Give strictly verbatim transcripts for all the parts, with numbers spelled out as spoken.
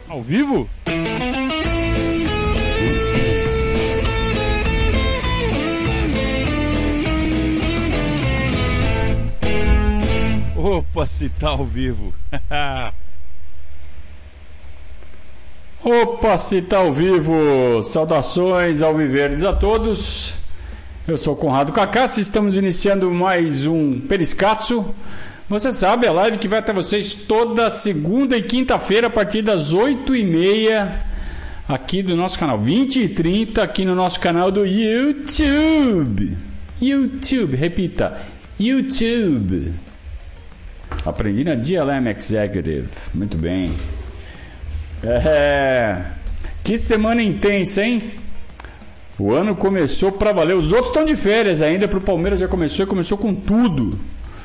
Ao vivo? Opa, se tá ao vivo. Opa, se tá ao vivo. Saudações alviverdes a todos. Eu sou o Conrado Cacassi, estamos iniciando mais um Periscatso. Você sabe, a live que vai até vocês toda segunda e quinta-feira a partir das oito e meia aqui do nosso canal, vinte e trinta aqui no nosso canal do YouTube. YouTube, repita, YouTube. Aprendi na D L M Executive. Muito bem. É... Que semana intensa, hein? O ano começou pra valer. Os outros estão de férias ainda. Pro Palmeiras já começou e começou com tudo.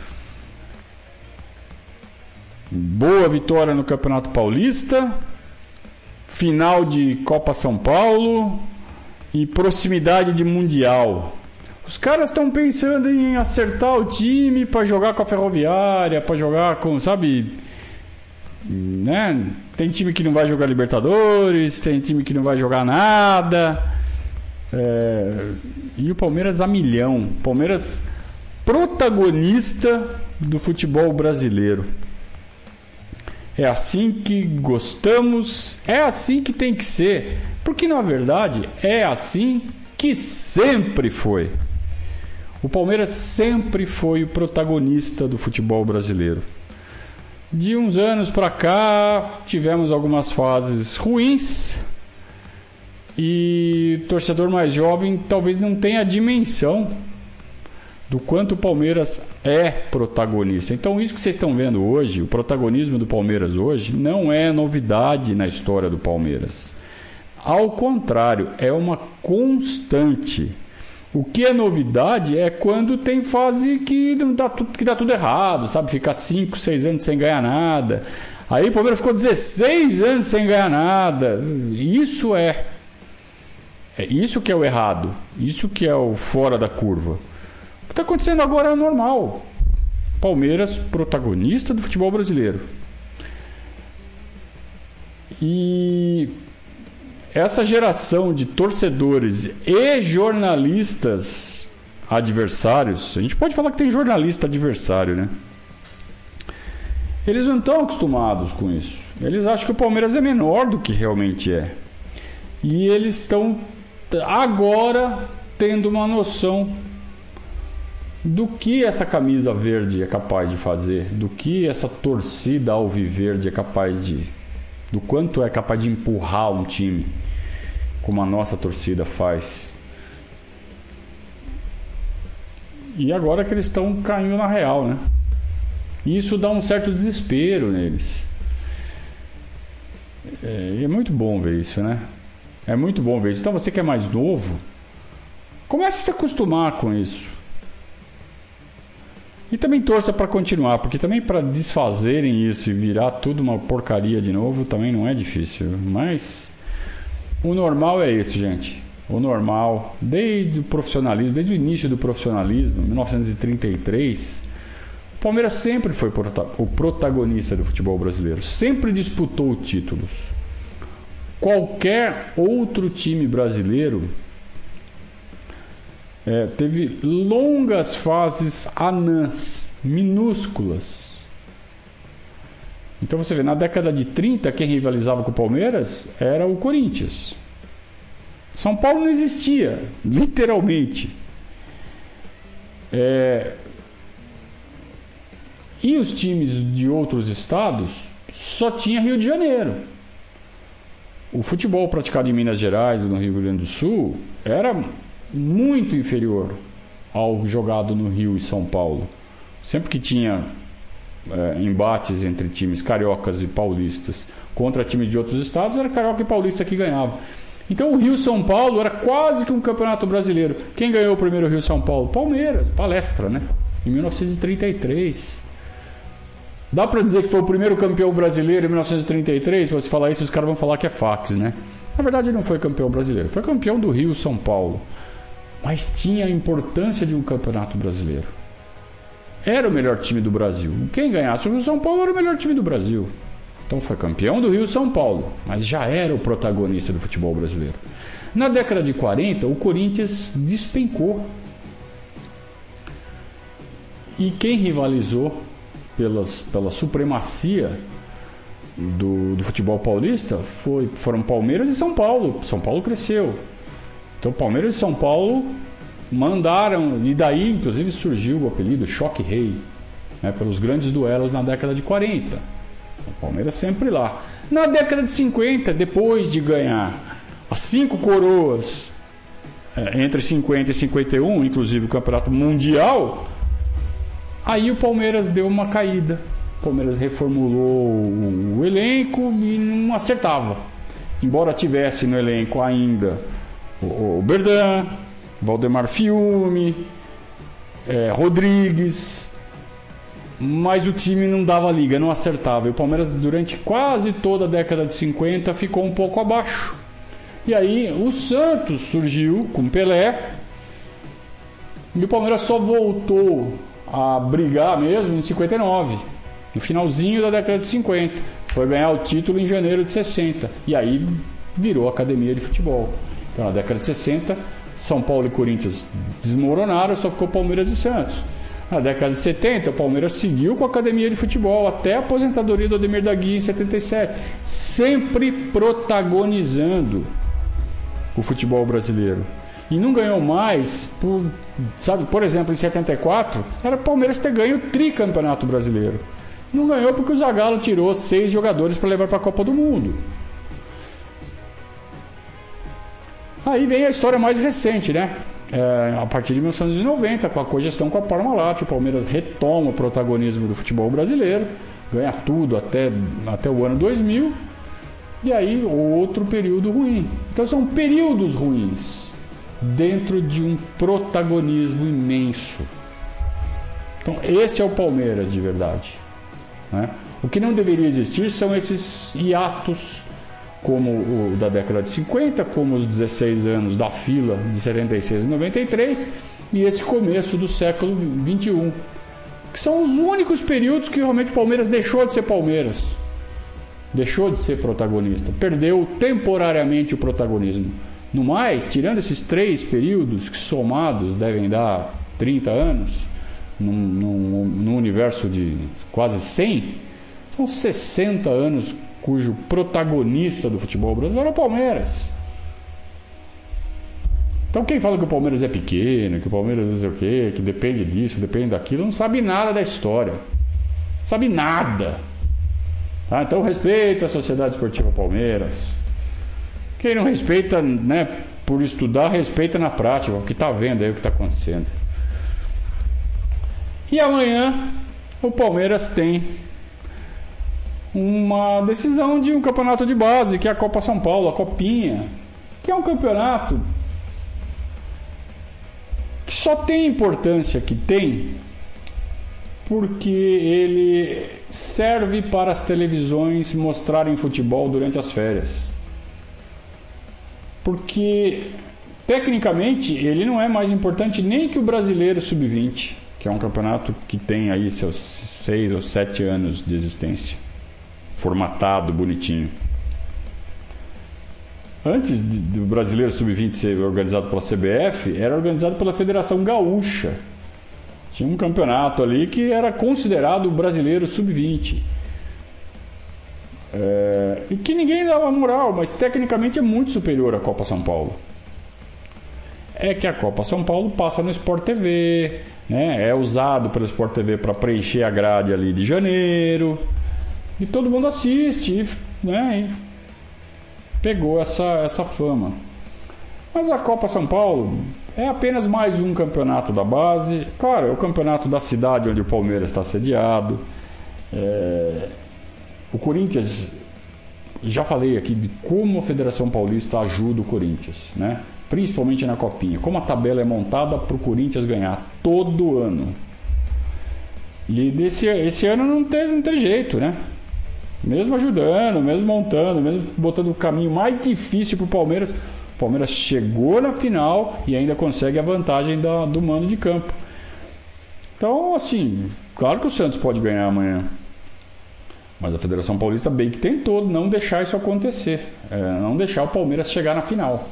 Boa vitória no Campeonato Paulista. Final de Copa São Paulo. E proximidade de Mundial. Os caras estão pensando em acertar o time para jogar com a Ferroviária, para jogar com, sabe, né? Tem time que não vai jogar Libertadores, tem time que não vai jogar nada. É... E o Palmeiras a milhão. Palmeiras protagonista do futebol brasileiro. É assim que gostamos, é assim que tem que ser, porque na verdade é assim que sempre foi. O Palmeiras sempre foi o protagonista do futebol brasileiro. De uns anos para cá, tivemos algumas fases ruins e o torcedor mais jovem talvez não tenha a dimensão do quanto o Palmeiras é protagonista. Então isso que vocês estão vendo hoje, o protagonismo do Palmeiras hoje, não é novidade na história do Palmeiras. Ao contrário, é uma constante. O que é novidade é quando tem fase que não dá tudo, que dá tudo errado, sabe? Ficar cinco, seis anos sem ganhar nada. Aí o Palmeiras ficou dezesseis anos sem ganhar nada. Isso é, é isso que é o errado. Isso que é o fora da curva. O que está acontecendo agora é normal. Palmeiras, protagonista do futebol brasileiro. E essa geração de torcedores e jornalistas adversários, a gente pode falar que tem jornalista adversário, né? Eles não estão acostumados com isso. Eles acham que o Palmeiras é menor do que realmente é. E eles estão agora tendo uma noção do que essa camisa verde é capaz de fazer, do que essa torcida alviverde é capaz de, do quanto é capaz de empurrar um time, como a nossa torcida faz. E agora que eles estão caindo na real, né? Isso dá um certo desespero neles. É, é muito bom ver isso, né? É muito bom ver isso. Então você que é mais novo, comece a se acostumar com isso. E também torça para continuar, porque também para desfazerem isso e virar tudo uma porcaria de novo também não é difícil. Mas o normal é isso, gente. O normal, desde o profissionalismo, desde o início do profissionalismo, mil novecentos e trinta e três, o Palmeiras sempre foi o protagonista do futebol brasileiro. Sempre disputou títulos. Qualquer outro time brasileiro É, teve longas fases anãs, minúsculas. Então você vê, na década de trinta, quem rivalizava com o Palmeiras era o Corinthians. São Paulo não existia, literalmente. É... E os times de outros estados só tinha Rio de Janeiro. O futebol praticado em Minas Gerais e no Rio Grande do Sul era muito inferior ao jogado no Rio e São Paulo. Sempre que tinha é, embates entre times cariocas e paulistas contra times de outros estados, era carioca e paulista que ganhava. Então o Rio São Paulo era quase que um campeonato brasileiro. Quem ganhou o primeiro Rio São Paulo? Palmeiras, Palestra, né? Em mil novecentos e trinta e três. Dá pra dizer que foi o primeiro campeão brasileiro em mil novecentos e trinta e três? Se você falar isso, os caras vão falar que é fax, né? Na verdade ele não foi campeão brasileiro, foi campeão do Rio São Paulo. Mas tinha a importância de um campeonato brasileiro. Era o melhor time do Brasil. Quem ganhasse o Rio São Paulo era o melhor time do Brasil. Então foi campeão do Rio São Paulo, mas já era o protagonista do futebol brasileiro. Na década de quarenta, o Corinthians despencou. E quem rivalizou pelas, pela supremacia do, do futebol paulista foi, foram Palmeiras e São Paulo. São Paulo cresceu. Então Palmeiras e São Paulo mandaram, e daí inclusive surgiu o apelido Choque Rei, né, pelos grandes duelos na década de quarenta. O Palmeiras sempre lá. Na década de cinquenta, depois de ganhar as cinco coroas é, entre cinquenta e cinquenta e um, inclusive o campeonato mundial, aí o Palmeiras deu uma caída. O Palmeiras reformulou o, o elenco e não acertava. Embora tivesse no elenco ainda o, o Berdan, Valdemar Fiume, é, Rodrigues, mas o time não dava liga, não acertava. E o Palmeiras, durante quase toda a década de cinquenta, ficou um pouco abaixo. E aí o Santos surgiu com Pelé, e o Palmeiras só voltou a brigar mesmo em cinquenta e nove, no finalzinho da década de cinquenta. Foi ganhar o título em janeiro de sessenta, e aí virou academia de futebol. Então na década de sessenta, São Paulo e Corinthians desmoronaram, só ficou Palmeiras e Santos. Na década de setenta, o Palmeiras seguiu com a academia de futebol até a aposentadoria do Ademir da Guia em setenta e sete, sempre protagonizando o futebol brasileiro. E não ganhou mais por, sabe, por exemplo, em setenta e quatro era o Palmeiras ter ganho o tricampeonato brasileiro. Não ganhou porque o Zagallo tirou seis jogadores para levar para a Copa do Mundo. Aí vem a história mais recente, né? É, a partir de mil novecentos e noventa, com a cogestão com a Parmalat, o Palmeiras retoma o protagonismo do futebol brasileiro, ganha tudo até, até o ano dois mil, e aí outro período ruim. Então são períodos ruins dentro de um protagonismo imenso. Então esse é o Palmeiras de verdade, né? O que não deveria existir são esses hiatos, como o da década de cinquenta, como os dezesseis anos da fila de setenta e seis e noventa e três, e esse começo do século vinte e um, que são os únicos períodos que realmente o Palmeiras deixou de ser Palmeiras, deixou de ser protagonista, perdeu temporariamente o protagonismo. No mais, tirando esses três períodos, que somados devem dar trinta anos, num, num, num universo de quase cem, são sessenta anos cujo protagonista do futebol brasileiro é o Palmeiras. Então quem fala que o Palmeiras é pequeno, que o Palmeiras não sei o quê, que depende disso, depende daquilo, não sabe nada da história. Não sabe nada. Tá? Então respeita a Sociedade Esportiva Palmeiras. Quem não respeita, né, por estudar, respeita na prática, o que está vendo aí, o que está acontecendo. E amanhã o Palmeiras tem uma decisão de um campeonato de base, que é a Copa São Paulo, a Copinha, que é um campeonato que só tem a importância que tem porque ele serve para as televisões mostrarem futebol durante as férias. Porque tecnicamente ele não é mais importante nem que o Brasileiro sub vinte, que é um campeonato que tem aí seus seis ou sete anos de existência, formatado, bonitinho. Antes de, do Brasileiro sub vinte ser organizado pela C B F, era organizado pela Federação Gaúcha. Tinha um campeonato ali que era considerado o Brasileiro sub vinte. É, e que ninguém dava moral, mas tecnicamente é muito superior à Copa São Paulo. É que a Copa São Paulo passa no Sport T V, né? É usado pelo Sport T V para preencher a grade ali de janeiro. E todo mundo assiste, né? E pegou essa, essa fama. Mas a Copa São Paulo é apenas mais um campeonato da base. Claro, é o campeonato da cidade onde o Palmeiras está sediado. É... O Corinthians, já falei aqui de como a Federação Paulista ajuda o Corinthians, né? Principalmente na Copinha. Como a tabela é montada para o Corinthians ganhar todo ano. E desse, esse ano não teve, não teve jeito, né? Mesmo ajudando, mesmo montando, mesmo botando o caminho mais difícil para o Palmeiras, o Palmeiras chegou na final e ainda consegue a vantagem da, do mando de campo. Então, assim, claro que o Santos pode ganhar amanhã. Mas a Federação Paulista bem que tentou não deixar isso acontecer, é, não deixar o Palmeiras chegar na final.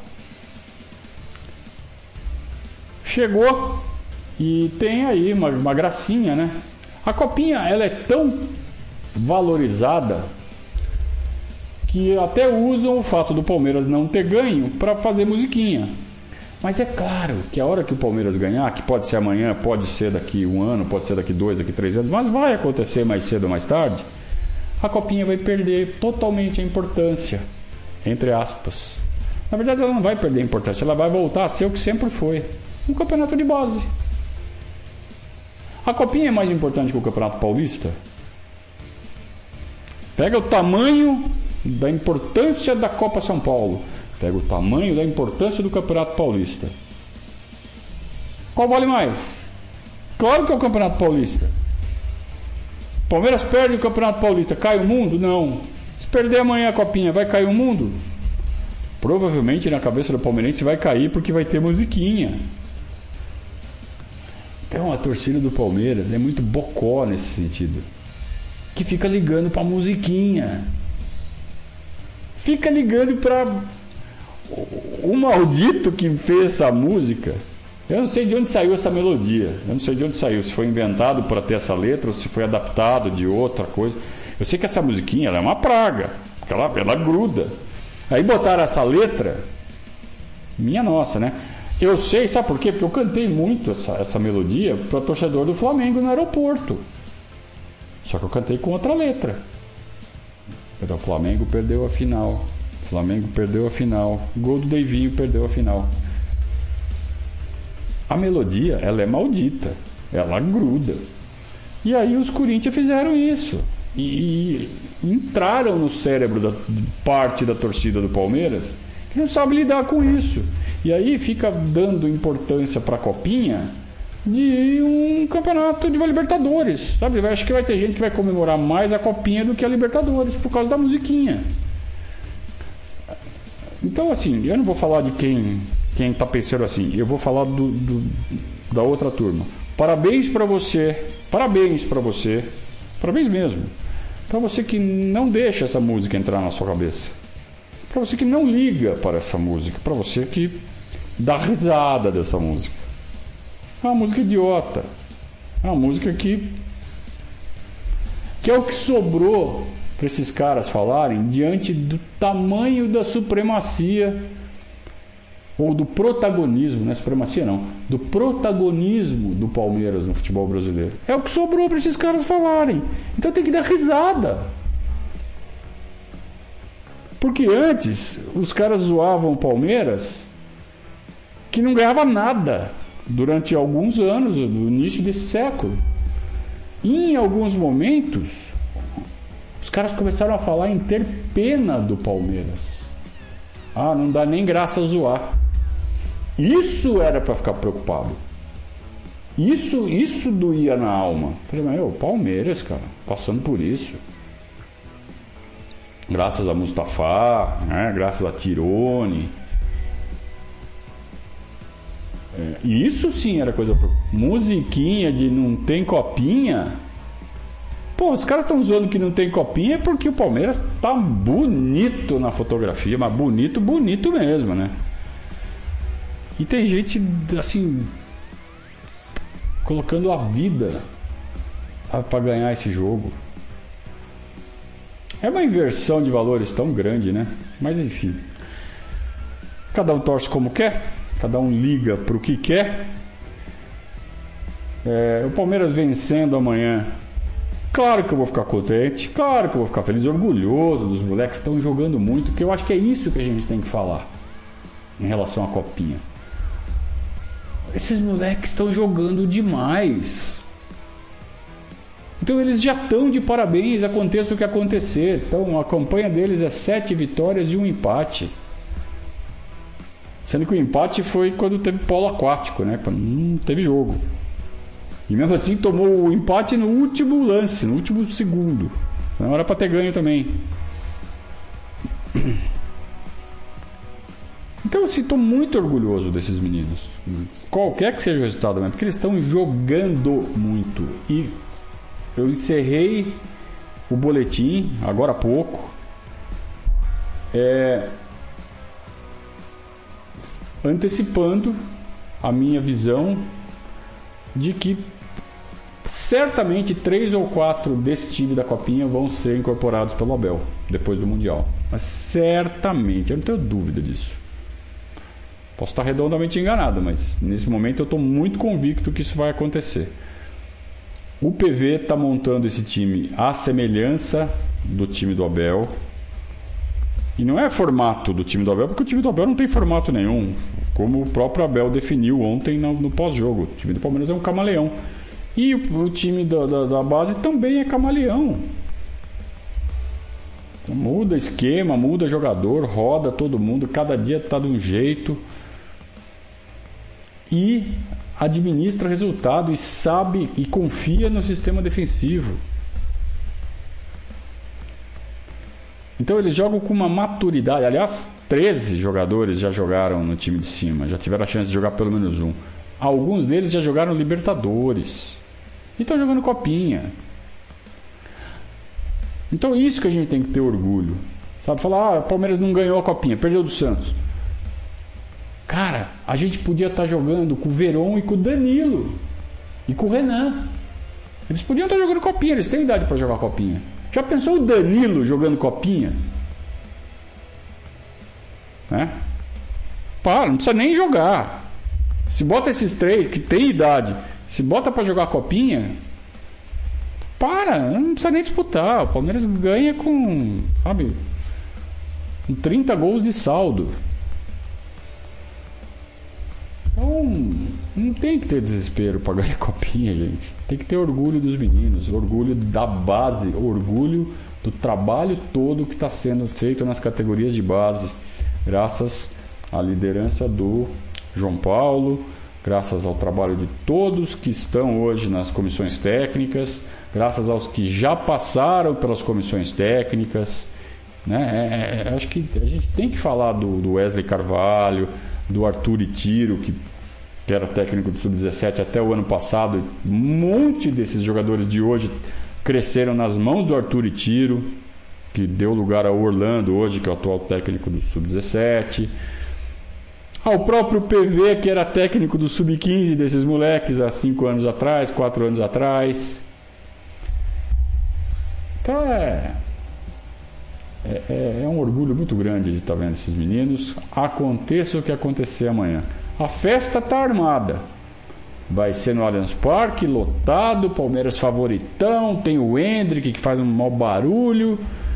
Chegou e tem aí uma, uma gracinha, né? A copinha, ela é tão valorizada que até usam o fato do Palmeiras não ter ganho para fazer musiquinha. Mas é claro que a hora que o Palmeiras ganhar, que pode ser amanhã, pode ser daqui um ano, pode ser daqui dois, daqui três anos, mas vai acontecer mais cedo ou mais tarde, a copinha vai perder totalmente a importância, entre aspas. Na verdade, ela não vai perder a importância, ela vai voltar a ser o que sempre foi, um campeonato de base. A copinha é mais importante que o Campeonato Paulista? Pega o tamanho da importância da Copa São Paulo, pega o tamanho da importância do Campeonato Paulista. Qual vale mais? Claro que é o Campeonato Paulista. Palmeiras perde o Campeonato Paulista, cai o mundo? Não. Se perder amanhã a copinha, vai cair o mundo? Provavelmente na cabeça do palmeirense vai cair porque vai ter musiquinha. Então a torcida do Palmeiras é muito bocó nesse sentido, que fica ligando pra musiquinha, fica ligando pra o maldito que fez essa música. Eu não sei de onde saiu essa melodia, eu não sei de onde saiu, se foi inventado para ter essa letra ou se foi adaptado de outra coisa. Eu sei que essa musiquinha ela é uma praga, porque ela, ela gruda. Aí botaram essa letra, minha nossa, né? Eu sei, sabe por quê? Porque eu cantei muito essa, essa melodia para torcedor do Flamengo no aeroporto. Só que eu cantei com outra letra. O Flamengo perdeu a final. O Flamengo perdeu a final. Gol do Deivinho, perdeu a final. A melodia, ela é maldita. Ela gruda. E aí os Corinthians fizeram isso. E, e entraram no cérebro da parte da torcida do Palmeiras que não sabe lidar com isso. E aí fica dando importância para a copinha de um campeonato de uma Libertadores, sabe? Eu acho que vai ter gente que vai comemorar mais a copinha do que a Libertadores por causa da musiquinha. Então, assim, eu não vou falar de quem quem tá pensando assim, eu vou falar do, do da outra turma. Parabéns para você, parabéns para você, parabéns mesmo, para você que não deixa essa música entrar na sua cabeça, para você que não liga para essa música, para você que dá risada dessa música. É uma música idiota, é uma música que que é o que sobrou para esses caras falarem diante do tamanho da supremacia ou do protagonismo, não é supremacia não, do protagonismo do Palmeiras no futebol brasileiro. É o que sobrou para esses caras falarem. Então tem que dar risada. Porque antes os caras zoavam o Palmeiras que não ganhava nada durante alguns anos, no início desse século. E em alguns momentos os caras começaram a falar em ter pena do Palmeiras. Ah, não dá nem graça a zoar. Isso era para ficar preocupado. Isso, isso doía na alma. Falei, mas o Palmeiras, cara, passando por isso. Graças a Mustafa, né? Graças a Tirone. É, isso sim era coisa. Musiquinha de não tem copinha. Pô, os caras estão zoando que não tem copinha porque o Palmeiras tá bonito na fotografia, mas bonito, bonito mesmo, né? E tem gente, assim, colocando a vida para ganhar esse jogo. É uma inversão de valores tão grande, né? Mas enfim. Cada um torce como quer, cada um liga pro que quer. É, o Palmeiras vencendo amanhã, claro que eu vou ficar contente, claro que eu vou ficar feliz, orgulhoso dos moleques que estão jogando muito, porque eu acho que é isso que a gente tem que falar em relação à copinha. Esses moleques estão jogando demais. Então eles já estão de parabéns, aconteça o que acontecer. Então a campanha deles é sete vitórias e um empate. Sendo que o empate foi quando teve polo aquático, né? Quando não teve jogo. E mesmo assim tomou o empate no último lance, no último segundo. Não era para ter ganho também. Então, assim, estou muito orgulhoso desses meninos. Qualquer que seja o resultado, porque eles estão jogando muito. E eu encerrei o boletim, agora há pouco, é, antecipando a minha visão de que certamente três ou quatro desse time da Copinha vão ser incorporados pelo Abel depois do Mundial. Mas certamente, eu não tenho dúvida disso. Posso estar redondamente enganado, mas nesse momento eu estou muito convicto que isso vai acontecer. O P V está montando esse time à semelhança do time do Abel. E não é formato do time do Abel, porque o time do Abel não tem formato nenhum. Como o próprio Abel definiu ontem no, no pós-jogo. O time do Palmeiras é um camaleão. E o, o time da, da, da base também é camaleão. Então, muda esquema, muda jogador, roda todo mundo. Cada dia está de um jeito. E administra resultado e sabe e confia no sistema defensivo. Então eles jogam com uma maturidade. Aliás, treze jogadores já jogaram no time de cima, já tiveram a chance de jogar pelo menos um. Alguns deles já jogaram Libertadores e estão jogando Copinha. Então isso que a gente tem que ter orgulho, sabe? Falar, ah, o Palmeiras não ganhou a Copinha, perdeu do Santos. Cara, a gente podia estar jogando com o Veron e com o Danilo e com o Renan. Eles podiam estar jogando Copinha, eles têm idade para jogar Copinha. Já pensou o Danilo jogando Copinha? Né? Para, não precisa nem jogar. Se bota esses três que tem idade, se bota para jogar Copinha, para, não precisa nem disputar. O Palmeiras ganha com, sabe, com trinta gols de saldo. Então, não tem que ter desespero para ganhar Copinha, gente. Tem que ter orgulho dos meninos, orgulho da base, orgulho do trabalho todo que está sendo feito nas categorias de base, graças à liderança do João Paulo, graças ao trabalho de todos que estão hoje nas comissões técnicas, graças aos que já passaram pelas comissões técnicas, né? É, é, acho que a gente tem que falar do, do Wesley Carvalho, do Arthur Itiro, que, que era técnico do sub dezessete até o ano passado. Um monte desses jogadores de hoje cresceram nas mãos do Arthur Itiro, que deu lugar ao Orlando hoje, que é o atual técnico do sub dezessete. Ao próprio P V, que era técnico do sub quinze desses moleques há cinco anos atrás, quatro anos atrás. Então é... É, é um orgulho muito grande de estar vendo esses meninos. Aconteça o que acontecer amanhã. A festa está armada. Vai ser no Allianz Parque, lotado. Palmeiras favoritão. Tem o Hendrick que faz um mau barulho.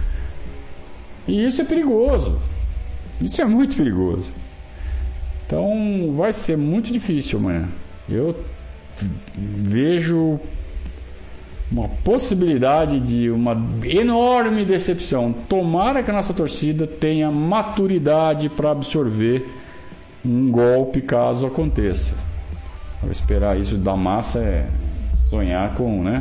E isso é perigoso. Isso é muito perigoso. Então vai ser muito difícil amanhã. Eu vejo uma possibilidade de uma enorme decepção. Tomara que a nossa torcida tenha maturidade para absorver um golpe caso aconteça. Vou esperar isso da massa é sonhar com, né?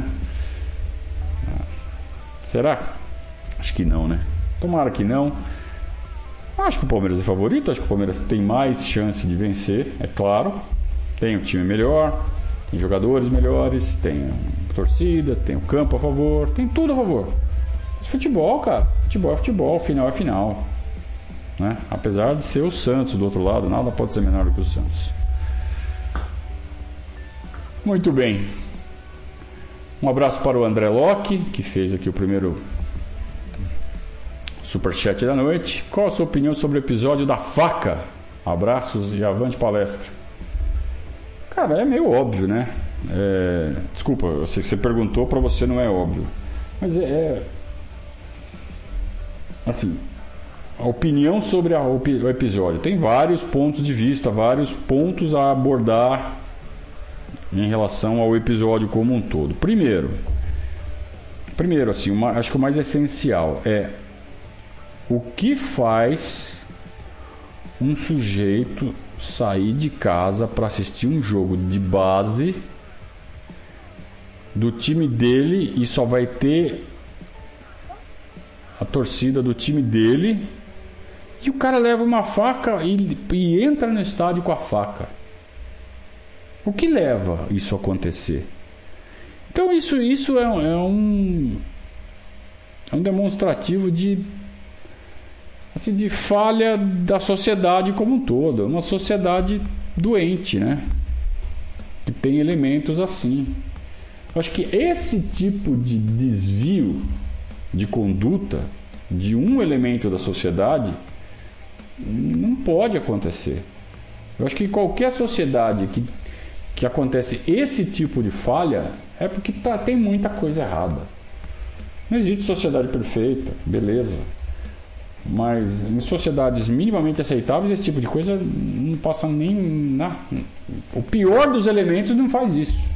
Será? Acho que não, né? Tomara que não. Acho que o Palmeiras é favorito. Acho que o Palmeiras tem mais chance de vencer, é claro. Tem um time melhor, tem jogadores melhores, tem torcida, tem o campo a favor, tem tudo a favor. Futebol, cara, futebol é futebol, final é final, né? Apesar de ser o Santos do outro lado, nada pode ser menor do que o Santos. Muito bem. Um abraço para o André Locke, que fez aqui o primeiro superchat da noite. Qual a sua opinião sobre o episódio da faca? Abraços e avante palestra. Cara, é meio óbvio, né? É, desculpa, você, você perguntou, para você não é óbvio, mas é, é assim, a opinião sobre a, o, o episódio tem vários pontos de vista, vários pontos a abordar em relação ao episódio como um todo. Primeiro, primeiro assim, uma, acho que o mais essencial é o que faz um sujeito sair de casa para assistir um jogo de base do time dele e só vai ter a torcida do time dele, e o cara leva uma faca e, e entra no estádio com a faca. O que leva isso a acontecer? Então isso, isso é, é um é um demonstrativo de, assim, de falha da sociedade como um todo. É uma sociedade doente, né? Que tem elementos assim. Eu acho que esse tipo de desvio de conduta de um elemento da sociedade não pode acontecer. Eu acho que qualquer sociedade que, que acontece esse tipo de falha é porque tá, tem muita coisa errada. Não existe sociedade perfeita, beleza. Mas em sociedades minimamente aceitáveis, esse tipo de coisa não passa nem na... O pior dos elementos não faz isso.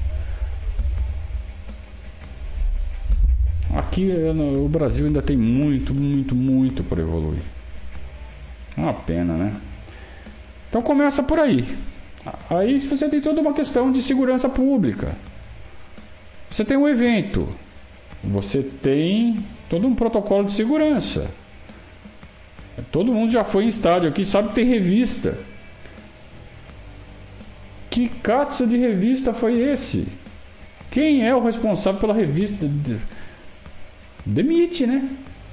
Aqui no Brasil ainda tem muito, muito, muito para evoluir. É uma pena, né? Então começa por aí. Aí você tem toda uma questão de segurança pública. Você tem um evento. Você tem todo um protocolo de segurança. Todo mundo já foi em estádio aqui, sabe que tem revista. Que catso de revista foi esse? Quem é o responsável pela revista? Demite, né?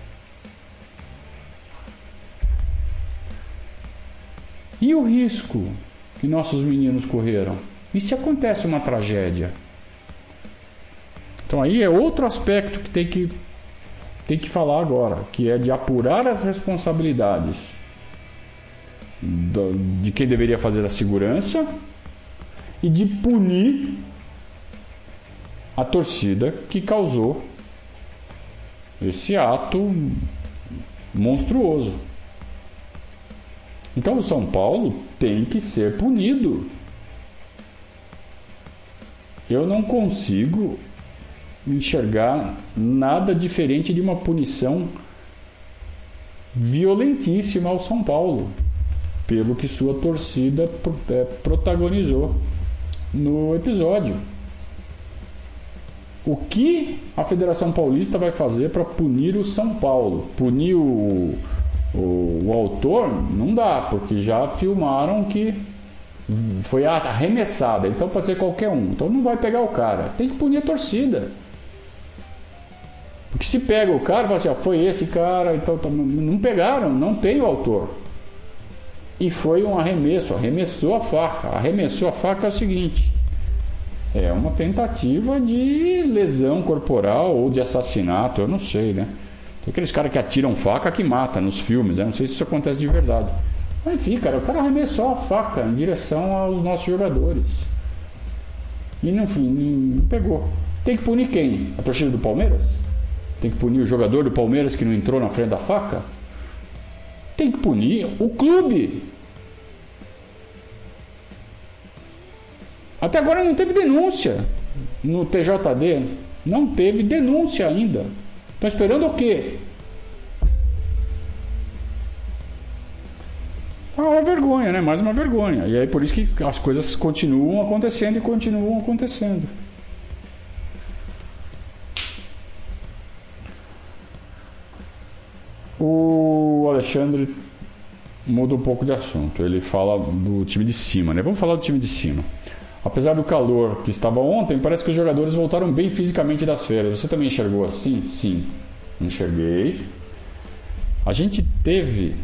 E o risco que nossos meninos correram? E se acontece uma tragédia? Então aí é outro aspecto que tem que, tem que falar agora, que é de apurar as responsabilidades do, de quem deveria fazer a segurança e de punir a torcida que causou esse ato monstruoso. Então o São Paulo tem que ser punido. Eu não consigo enxergar nada diferente de uma punição violentíssima ao São Paulo, pelo que sua torcida protagonizou no episódio. O que a Federação Paulista vai fazer para punir o São Paulo? Punir o, o, o autor? Não dá, porque já filmaram que foi arremessada, então pode ser qualquer um, então não vai pegar o cara, tem que punir a torcida. Porque se pega o cara, fala assim, ó, foi esse cara, então não pegaram, não tem o autor. E foi um arremesso, arremessou a faca. Arremessou a faca é o seguinte: é uma tentativa de lesão corporal ou de assassinato, eu não sei, né? Tem aqueles caras que atiram faca que mata nos filmes, né? Não sei se isso acontece de verdade. Mas enfim, cara, o cara arremessou a faca em direção aos nossos jogadores. E no fim, não pegou. Tem que punir quem? A torcida do Palmeiras? Tem que punir o jogador do Palmeiras que não entrou na frente da faca? Tem que punir o clube. Até agora não teve denúncia no T J D. Não teve denúncia ainda. Estão esperando o quê? Ah, uma vergonha, né? Mais uma vergonha. E aí por isso que as coisas continuam acontecendo e continuam acontecendo. O Alexandre muda um pouco de assunto. Ele fala do time de cima, né? Vamos falar do time de cima. Apesar do calor que estava ontem, parece que os jogadores voltaram bem fisicamente das férias. Você também enxergou assim? Sim, enxerguei. A gente teve,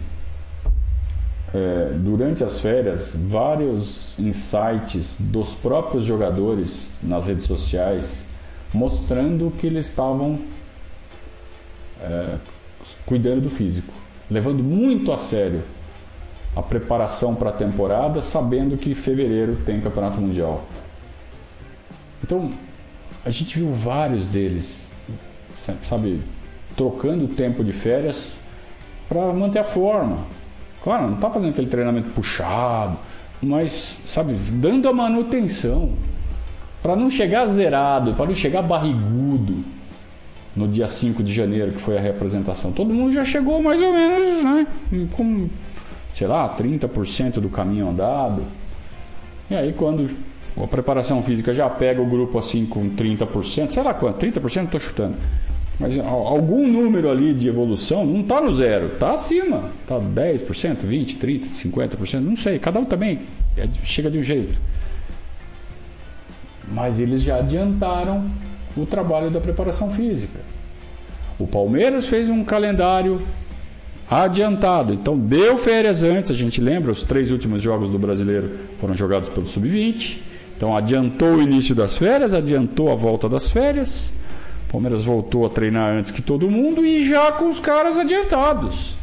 é, durante as férias, vários insights dos próprios jogadores nas redes sociais mostrando que eles estavam é, cuidando do físico, levando muito a sério a preparação para a temporada, sabendo que em fevereiro tem Campeonato Mundial. Então, a gente viu vários deles, sabe, trocando o tempo de férias para manter a forma. Claro, não está fazendo aquele treinamento puxado, mas, sabe, dando a manutenção para não chegar zerado, para não chegar barrigudo no dia cinco de janeiro, que foi a reapresentação. Todo mundo já chegou mais ou menos, né, com, sei lá, trinta por cento do caminho andado. E aí quando a preparação física já pega o grupo assim com trinta por cento, sei lá quanto, trinta por cento estou chutando, mas algum número ali de evolução não está no zero, está acima, está dez por cento, vinte por cento, trinta por cento, cinquenta por cento, não sei, cada um também chega de um jeito. Mas eles já adiantaram o trabalho da preparação física. O Palmeiras fez um calendário adiantado, então deu férias antes. A gente lembra, os três últimos jogos do Brasileiro foram jogados pelo sub vinte, então adiantou o início das férias, adiantou a volta das férias. O Palmeiras voltou a treinar antes que todo mundo e já com os caras adiantados.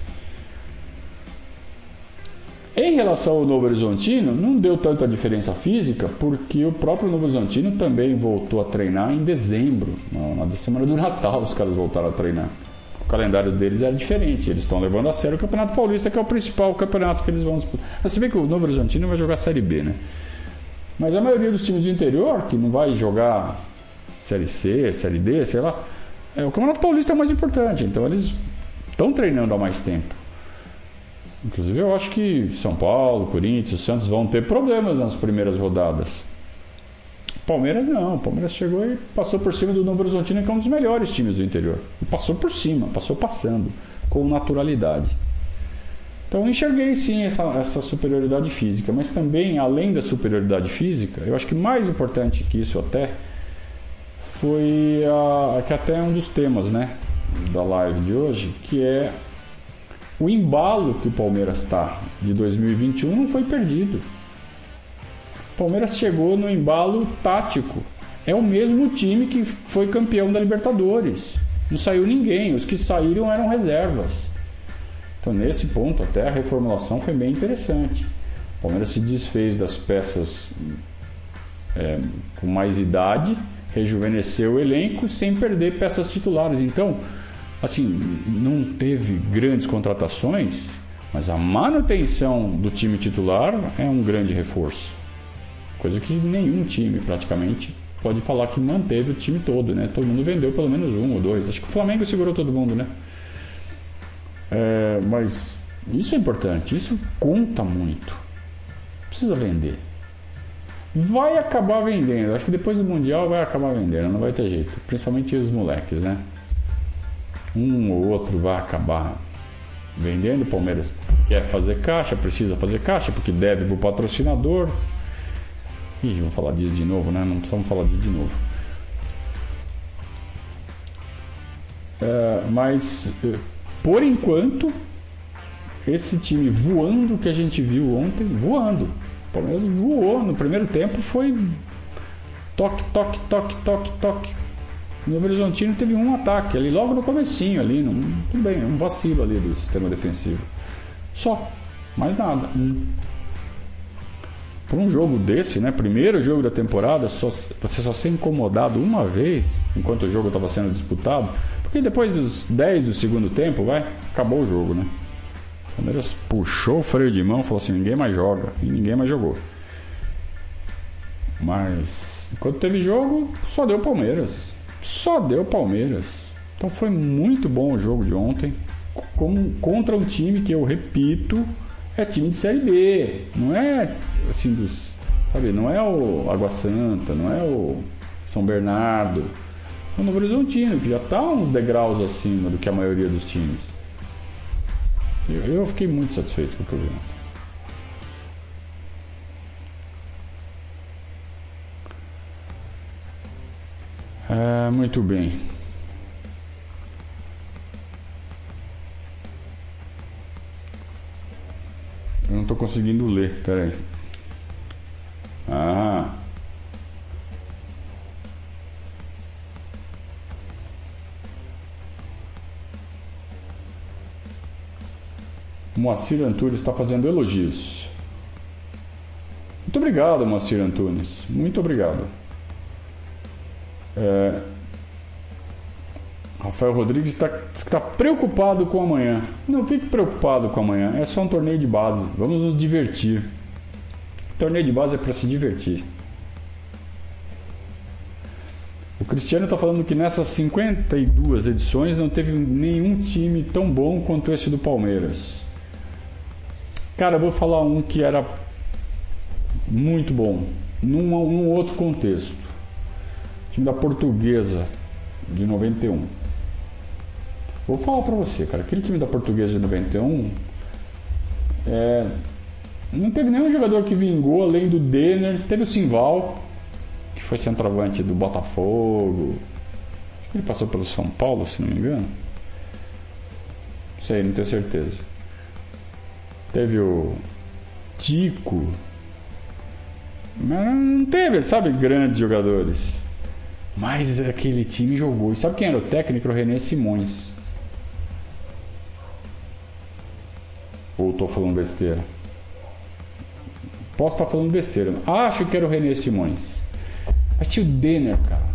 Em relação ao Novo Horizontino, não deu tanta diferença física, porque o próprio Novo Horizontino também voltou a treinar em dezembro, na, na semana do Natal os caras voltaram a treinar. O calendário deles era diferente, eles estão levando a sério o Campeonato Paulista, que é o principal campeonato que eles vão disputar. Mas se bem que o Novo Horizontino vai jogar Série B, né? Mas a maioria dos times do interior, que não vai jogar Série C, Série D, sei lá, é, o Campeonato Paulista é o mais importante, então eles estão treinando há mais tempo. Inclusive eu acho que São Paulo, Corinthians, Santos vão ter problemas nas primeiras rodadas. Palmeiras não, o Palmeiras chegou e passou por cima do Novo Horizontino, que é um dos melhores times do interior. E passou por cima, passou passando, com naturalidade. Então eu enxerguei sim essa, essa superioridade física, mas também, além da superioridade física, eu acho que mais importante que isso até, foi a, que até é um dos temas, né, da live de hoje, que é o embalo que o Palmeiras está de dois mil e vinte e um não foi perdido. O Palmeiras chegou no embalo tático. É o mesmo time que foi campeão da Libertadores. Não saiu ninguém. Os que saíram eram reservas. Então, nesse ponto, até a reformulação foi bem interessante. O Palmeiras se desfez das peças é, com mais idade, rejuvenesceu o elenco sem perder peças titulares. Então, assim, não teve grandes contratações, mas a manutenção do time titular é um grande reforço. Coisa que nenhum time praticamente pode falar que manteve o time todo, né? Todo mundo vendeu pelo menos um ou dois. Acho que o Flamengo segurou todo mundo, né? É, mas isso é importante, isso conta muito. Precisa vender. Vai acabar vendendo. Acho que depois do Mundial vai acabar vendendo, não vai ter jeito. Principalmente os moleques, né? Um ou outro vai acabar vendendo. O Palmeiras quer fazer caixa, precisa fazer caixa, porque deve para o patrocinador. Ih, vamos falar disso de novo, né? Não precisamos falar disso de novo. É, mas, por enquanto, esse time voando que a gente viu ontem, voando. O Palmeiras voou. No primeiro tempo foi toque, toque, toque, toque, toque. O Novo Horizontino teve um ataque ali, logo no comecinho ali, não, tudo bem, um vacilo ali do sistema defensivo. Só, mais nada. Um. Por um jogo desse, né, primeiro jogo da temporada, só, você só ser incomodado uma vez, enquanto o jogo estava sendo disputado, porque depois dos dez do segundo tempo, vai, acabou o jogo, né? O Palmeiras puxou o freio de mão, falou assim, ninguém mais joga, e ninguém mais jogou. Mas, enquanto teve jogo, só deu Palmeiras. Só deu Palmeiras. Então foi muito bom o jogo de ontem, como, contra um time que, eu repito, é time de Série B. Não é assim dos, sabe, não é o Água Santa, não é o São Bernardo. É o Novo Horizontino, que já está uns degraus acima do que a maioria dos times. Eu, eu fiquei muito satisfeito com o que eu vi ontem. Ah, muito bem. Eu não estou conseguindo ler, peraí. Ah. Moacir Antunes está fazendo elogios. Muito obrigado, Moacir Antunes. Muito obrigado. É... Rafael Rodrigues está tá preocupado com amanhã. Não fique preocupado com amanhã. É só um torneio de base. Vamos nos divertir. Torneio de base é para se divertir. O Cristiano está falando que nessas cinquenta e duas edições não teve nenhum time tão bom quanto esse do Palmeiras. Cara, eu vou falar um que era muito bom, num, num outro contexto. O time da Portuguesa de noventa e um. Vou falar pra você, cara, aquele time da Portuguesa de noventa e um é, não teve nenhum jogador que vingou além do Denner. Teve o Simval, foi centroavante do Botafogo. Acho que ele passou pelo São Paulo, se não me engano. Sei, não tenho certeza. Teve o Tico. Mas não teve, sabe, grandes jogadores. Mas aquele time jogou. E sabe quem era o técnico? O René Simões. Ou tô falando besteira? Posso estar falando besteira. Acho que era o René Simões. Mas tinha o Denner, cara.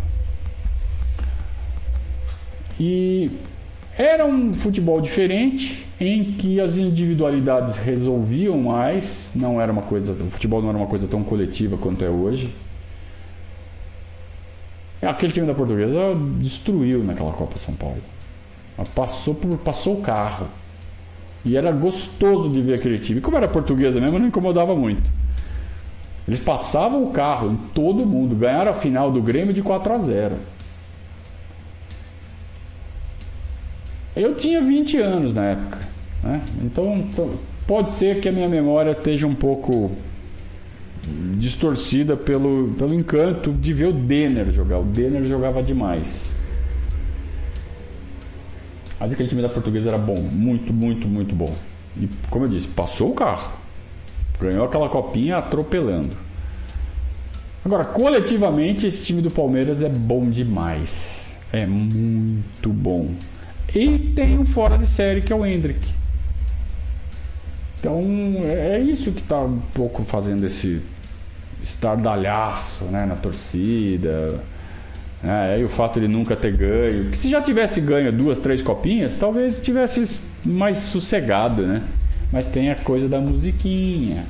E era um futebol diferente, em que as individualidades resolviam mais. Não era uma coisa, o futebol não era uma coisa tão coletiva quanto é hoje. Aquele time da Portuguesa destruiu naquela Copa São Paulo. Passou, por, passou o carro. E era gostoso de ver aquele time. Como era Portuguesa mesmo, não incomodava muito. Eles passavam o carro em todo mundo. Ganharam a final do Grêmio de quatro a zero. Eu tinha vinte anos na época, né? Então pode ser que a minha memória esteja um pouco distorcida pelo, pelo encanto de ver o Denner jogar. O Denner jogava demais. Mas aquele time da Portuguesa era bom, muito, muito, muito bom. E como eu disse, passou o carro. Ganhou aquela copinha atropelando. Agora, coletivamente, esse time do Palmeiras é bom demais. É muito bom. E tem um fora de série que é o Endrick. Então é isso que está um pouco fazendo esse estardalhaço, né, na torcida, né, e o fato de ele nunca ter ganho. Que se já tivesse ganho duas, três copinhas, talvez estivesse mais sossegado, né? Mas tem a coisa da musiquinha.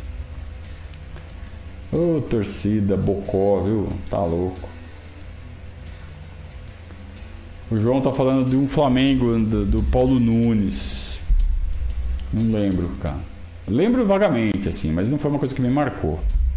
Ô, oh, torcida, bocó, viu? Tá louco. O João tá falando de um Flamengo do, do Paulo Nunes. Não lembro, cara. Lembro vagamente, assim, mas não foi uma coisa que me marcou.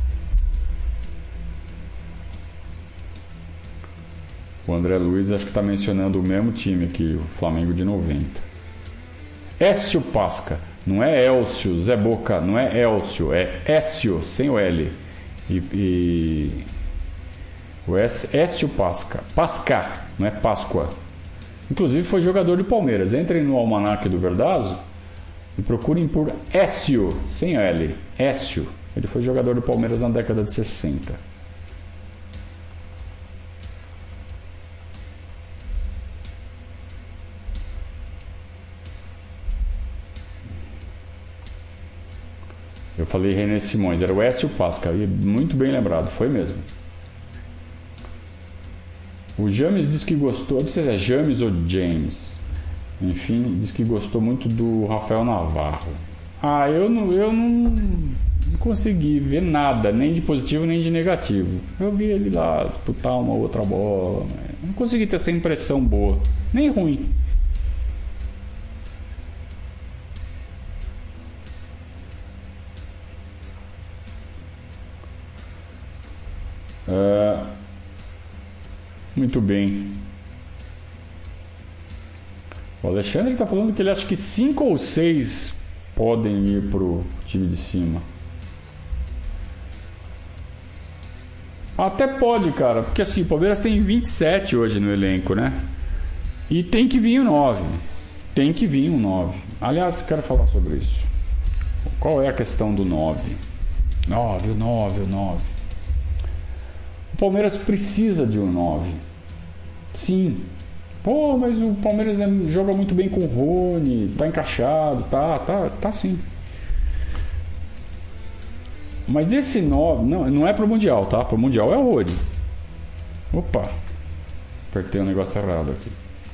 O André Luiz acho que tá mencionando o mesmo time aqui, o Flamengo de noventa. Écio Pasca. Não é Elcio, Zé Boca. Não é Elcio, é Écio, sem o L. E... e... o Écio Pasca. Pasca, não é Páscoa. Inclusive foi jogador do Palmeiras. Entrem no almanaque do Verdazo e procurem por Écio, sem L. Écio. Ele foi jogador do Palmeiras na década de sessenta. Eu falei René Simões, era o Écio Pasca. Muito bem lembrado, foi mesmo. O James disse que gostou, não sei se é James ou James, enfim, disse que gostou muito do Rafael Navarro. Ah, eu não, eu não, não consegui ver nada, nem de positivo nem de negativo. Eu vi ele lá disputar uma outra bola, não consegui ter essa impressão boa, nem ruim. Uh, muito bem. O Alexandre está falando que ele acha que cinco ou seis podem ir pro time de cima. Até pode, cara, porque assim, o Palmeiras tem vinte e sete hoje no elenco, né? E tem que vir um nove. Tem que vir um nove. Aliás, quero falar sobre isso. Qual é a questão do nove? nove, o nove, o nove. O Palmeiras precisa de um nove. Sim. Pô, mas o Palmeiras joga muito bem com o Rony, tá encaixado, tá, tá, tá sim. Mas esse nove, não, não é pro Mundial, tá? Pro Mundial é o Rony. Opa, apertei um negócio errado aqui.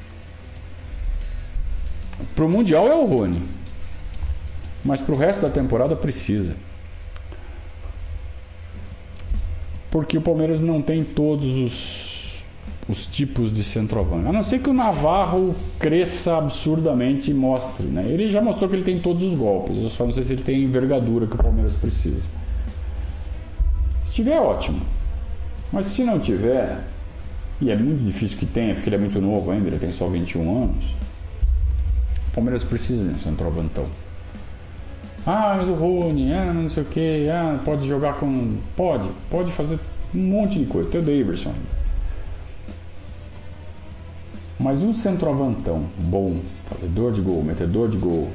Pro Mundial é o Rony. Mas pro resto da temporada precisa. Porque o Palmeiras não tem todos os, os tipos de centroavante. A não ser que o Navarro cresça absurdamente e mostre, né? Ele já mostrou que ele tem todos os golpes. Eu só não sei se ele tem a envergadura que o Palmeiras precisa. Se tiver, ótimo. Mas se não tiver, e é muito difícil que tenha, porque ele é muito novo ainda, ele tem só vinte e um anos, o Palmeiras precisa de um centroavantão. Ah, mas o Rony, ah, não sei o que, ah, pode jogar com... Pode, pode fazer um monte de coisa. Tem o Daverson ainda. Mas um centroavantão bom, fazedor de gol, metedor de gol,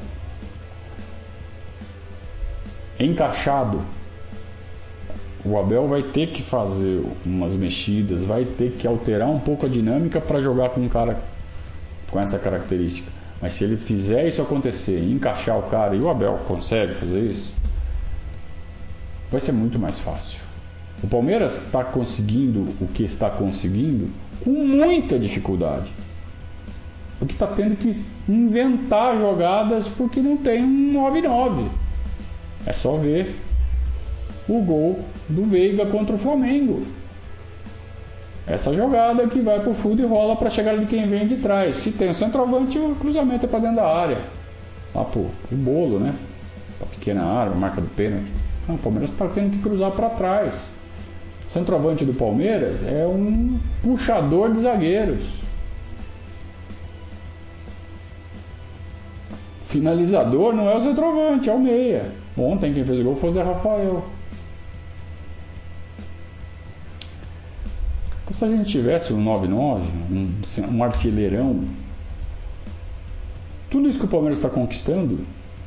encaixado. O Abel vai ter que fazer umas mexidas, vai ter que alterar um pouco a dinâmica para jogar com um cara com essa característica. Mas se ele fizer isso acontecer, encaixar o cara, e o Abel consegue fazer isso, vai ser muito mais fácil. O Palmeiras está conseguindo o que está conseguindo com muita dificuldade. Porque está tendo que inventar jogadas porque não tem um nove nove. É só ver o gol do Veiga contra o Flamengo. Essa jogada que vai pro fundo e rola para chegar de quem vem de trás. Se tem o centroavante, o cruzamento é para dentro da área. Lá pô, o bolo, né? Pra pequena área, marca do pênalti. Não, o Palmeiras está tendo que cruzar para trás. O centroavante do Palmeiras é um puxador de zagueiros. Finalizador não é o centroavante, é o meia. Ontem quem fez o gol foi o Zé Rafael. Então, se a gente tivesse um nove nove, um, um artilheirão, tudo isso que o Palmeiras está conquistando,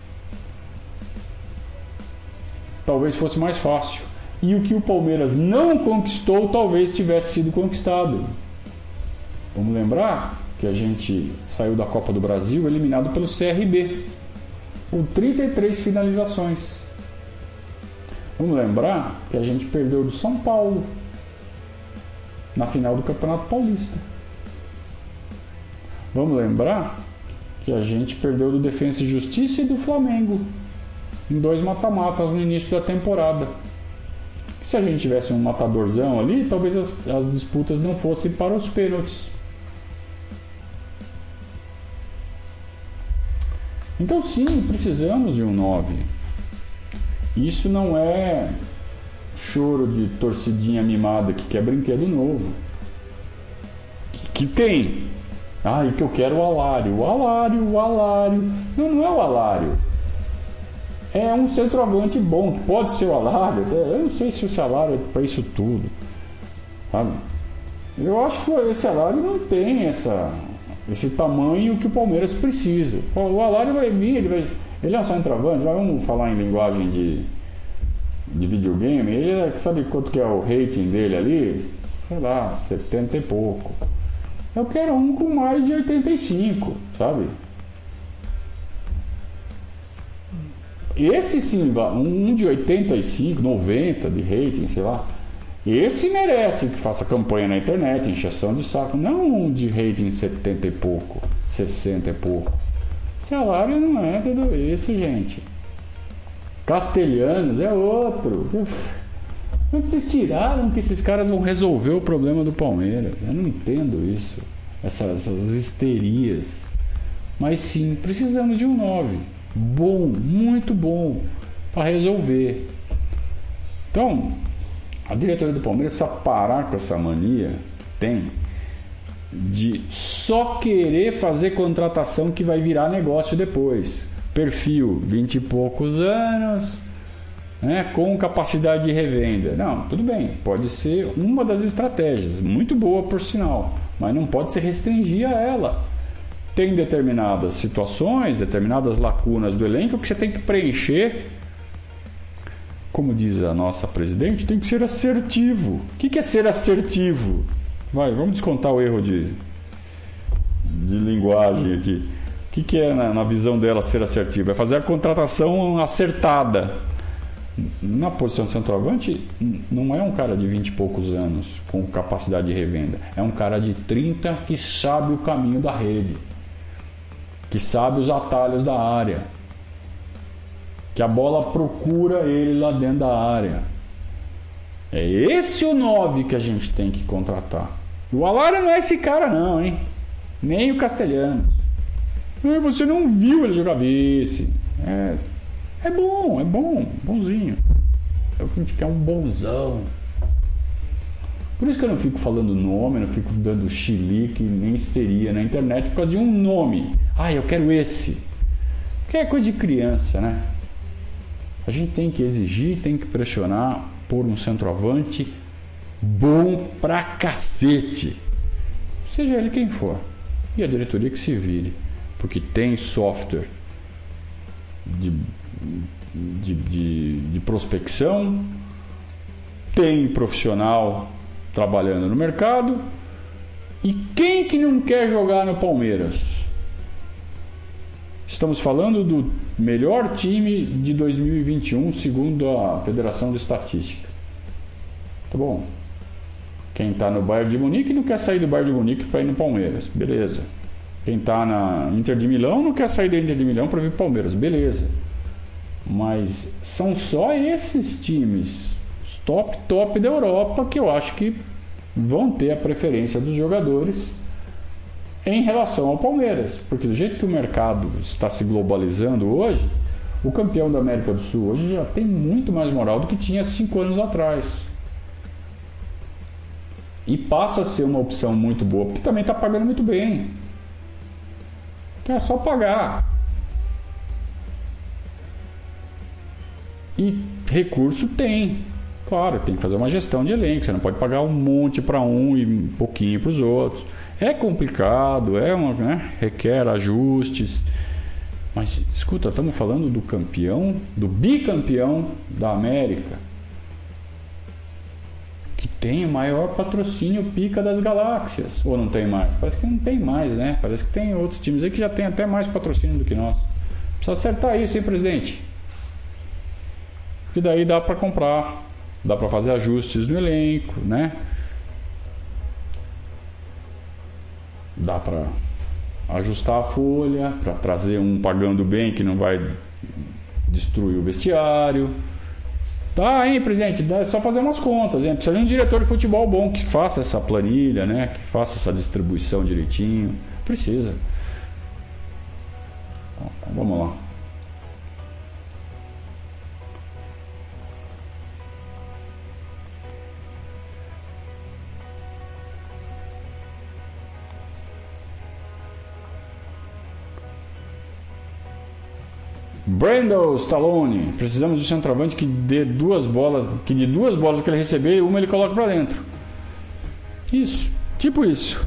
talvez fosse mais fácil. E o que o Palmeiras não conquistou, talvez tivesse sido conquistado. Vamos lembrar que a gente saiu da Copa do Brasil eliminado pelo C R B, com trinta e três finalizações. Vamos lembrar que a gente perdeu do São Paulo na final do Campeonato Paulista. Vamos lembrar que a gente perdeu do Defensa e Justiça e do Flamengo em dois mata-matas no início da temporada. Se a gente tivesse um matadorzão ali, talvez as, as disputas não fossem para os pênaltis. Então sim, precisamos de um nove. Isso não é choro de torcidinha mimada que quer brinquedo novo. Que, que tem. Ah, e que eu quero o Alário. O Alário, o Alário. Não, não é o Alário. É um centroavante bom, que pode ser o Alário. Eu não sei se o salário é para isso tudo. Sabe? Eu acho que esse Alário não tem essa, esse tamanho que o Palmeiras precisa. O Alário vai vir, ele, vai, ele é um centroavante. Vamos falar em linguagem de, de videogame. Ele é, sabe quanto que é o rating dele ali? Sei lá, setenta e pouco. Eu quero um com mais de oitenta e cinco, sabe? Esse sim, um de oitenta e cinco, noventa de rating, sei lá. Esse merece que faça campanha na internet, encheção de saco. Não um de rating setenta e pouco, sessenta e pouco. Salário não é tudo isso, gente. Castelhanos é outro. Onde vocês tiraram que esses caras vão resolver o problema do Palmeiras? Eu não entendo isso. Essas, essas histerias. Mas sim, precisamos de um nove. Bom, muito bom, para resolver. Então, a diretoria do Palmeiras precisa parar com essa mania que tem de só querer fazer contratação que vai virar negócio depois. Perfil, vinte e poucos anos, né, com capacidade de revenda. Não, tudo bem, pode ser uma das estratégias, muito boa por sinal, mas não pode se restringir a ela. Tem determinadas situações, determinadas lacunas do elenco que você tem que preencher. Como diz a nossa presidente, tem que ser assertivo. O que é ser assertivo? Vai, vamos descontar o erro de, de linguagem aqui. O que é, na, na visão dela, ser assertivo? É fazer a contratação acertada. Na posição de centroavante, não é um cara de vinte e poucos anos com capacidade de revenda. É um cara de trinta que sabe o caminho da rede, que sabe os atalhos da área, que a bola procura ele lá dentro da área. É esse o nove que a gente tem que contratar. O Alário não é esse cara não, hein? Nem o Castelhanos. Você não viu ele jogar vice. É, é bom, é bom, bonzinho. É o que a gente quer, um bonzão. Por isso que eu não fico falando nome, não fico dando chilique, nem histeria na internet por causa de um nome. Ah, eu quero esse. Porque é coisa de criança, né? A gente tem que exigir, tem que pressionar por um centroavante bom pra cacete. Seja ele quem for. E a diretoria que se vire. porque tem software de, de, de, de prospecção, tem profissional trabalhando no mercado. E quem que não quer jogar no Palmeiras? Estamos falando do melhor time de dois mil e vinte e um, segundo a Federação de Estatística. Tá bom. Quem está no Bayern de Munique não quer sair do Bayern de Munique para ir no Palmeiras. Beleza. Quem está na Inter de Milão não quer sair da Inter de Milão para vir para o Palmeiras. Beleza. Mas são só esses times, os top, top da Europa, que eu acho que vão ter a preferência dos jogadores em relação ao Palmeiras, porque do jeito que o mercado está se globalizando hoje, o campeão da América do Sul hoje já tem muito mais moral do que tinha cinco anos atrás, e passa a ser uma opção muito boa, porque também está pagando muito bem, então é só pagar, e recurso tem. Claro, tem que fazer uma gestão de elenco. Você não pode pagar um monte para um e um pouquinho para os outros. É complicado, é uma, né, requer ajustes. Mas, escuta, estamos falando do campeão, do bicampeão da América, que tem o maior patrocínio pica das galáxias. Ou não tem mais? Parece que não tem mais, né? Parece que tem outros times aí que já tem até mais patrocínio do que nós. Precisa acertar isso, hein, presidente? Que daí dá para comprar. Dá para fazer ajustes no elenco, né? Dá para ajustar a folha, para trazer um pagando bem que não vai destruir o vestiário. Tá, hein, presidente? É só fazer umas contas, hein? Precisa de um diretor de futebol bom que faça essa planilha, né? Que faça essa distribuição direitinho. Precisa. Então, vamos lá. Brandon Stallone, precisamos de um centroavante que dê duas bolas, que de duas bolas que ele receber, uma ele coloca para dentro. Isso, tipo isso.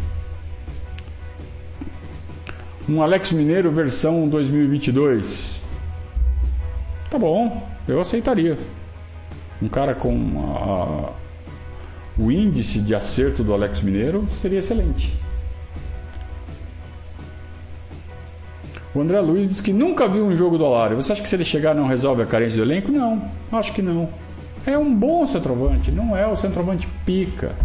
Um Alex Mineiro versão dois mil e vinte e dois. Tá bom, eu aceitaria. Um cara com a, o índice de acerto do Alex Mineiro seria excelente. O André Luiz diz que nunca viu um jogo do Alário. Você acha que se ele chegar não resolve a carência do elenco? Não, acho que não. É um bom centroavante, não é o centroavante pica.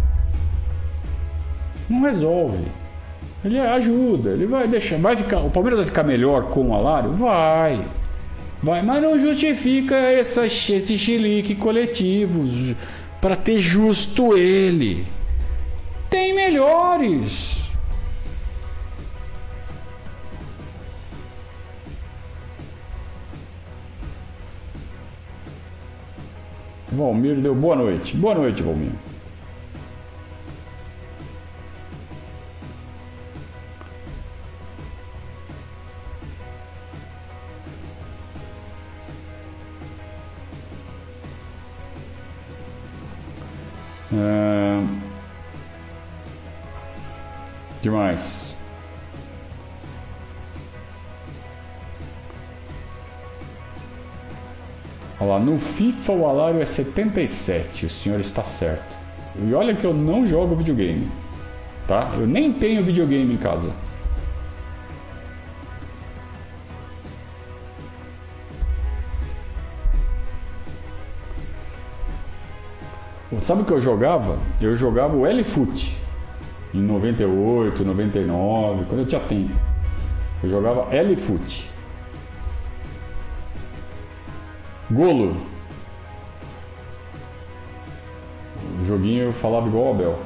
Não resolve. Ele ajuda, ele vai deixar, vai ficar, o Palmeiras vai ficar melhor com o Alário? Vai. Vai, mas não justifica essa, esse chilique coletivo para ter justo ele. Tem melhores. Valmir deu boa noite. Boa noite, Valmir. É... Demais. Olha lá, no FIFA o Alário é setenta e sete, o senhor está certo. E olha que eu não jogo videogame, tá? Eu nem tenho videogame em casa. Sabe o que eu jogava? Eu jogava o L-Foot em noventa e oito, noventa e nove, quando eu tinha tempo. Eu jogava L-Foot. Golo. O joguinho eu falava igual o Abel.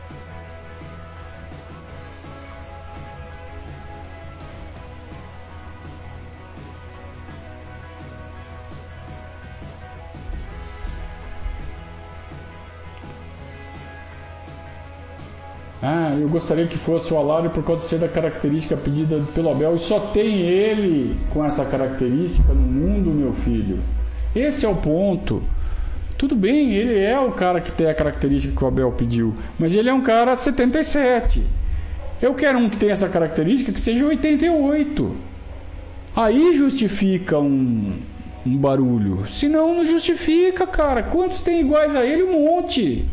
Ah, eu gostaria que fosse o Alário por causa de ser da característica pedida pelo Abel. E só tem ele com essa característica no mundo, meu filho. Esse é o ponto. Tudo bem, ele é o cara que tem a característica que o Abel pediu, mas ele é um cara setenta e sete. Eu quero um que tenha essa característica que seja oitenta e oito. Aí justifica um, um barulho. Senão não justifica, cara. Quantos tem iguais a ele? Um monte.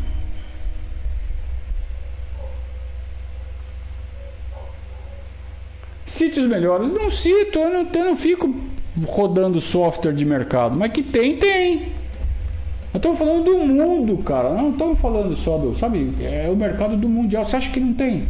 Cite os melhores. Não cito, eu não, eu não fico rodando software de mercado. Mas que tem, tem. Eu estou falando do mundo, cara. Não estamos falando só do... Sabe, é o mercado do mundial. Você acha que não tem?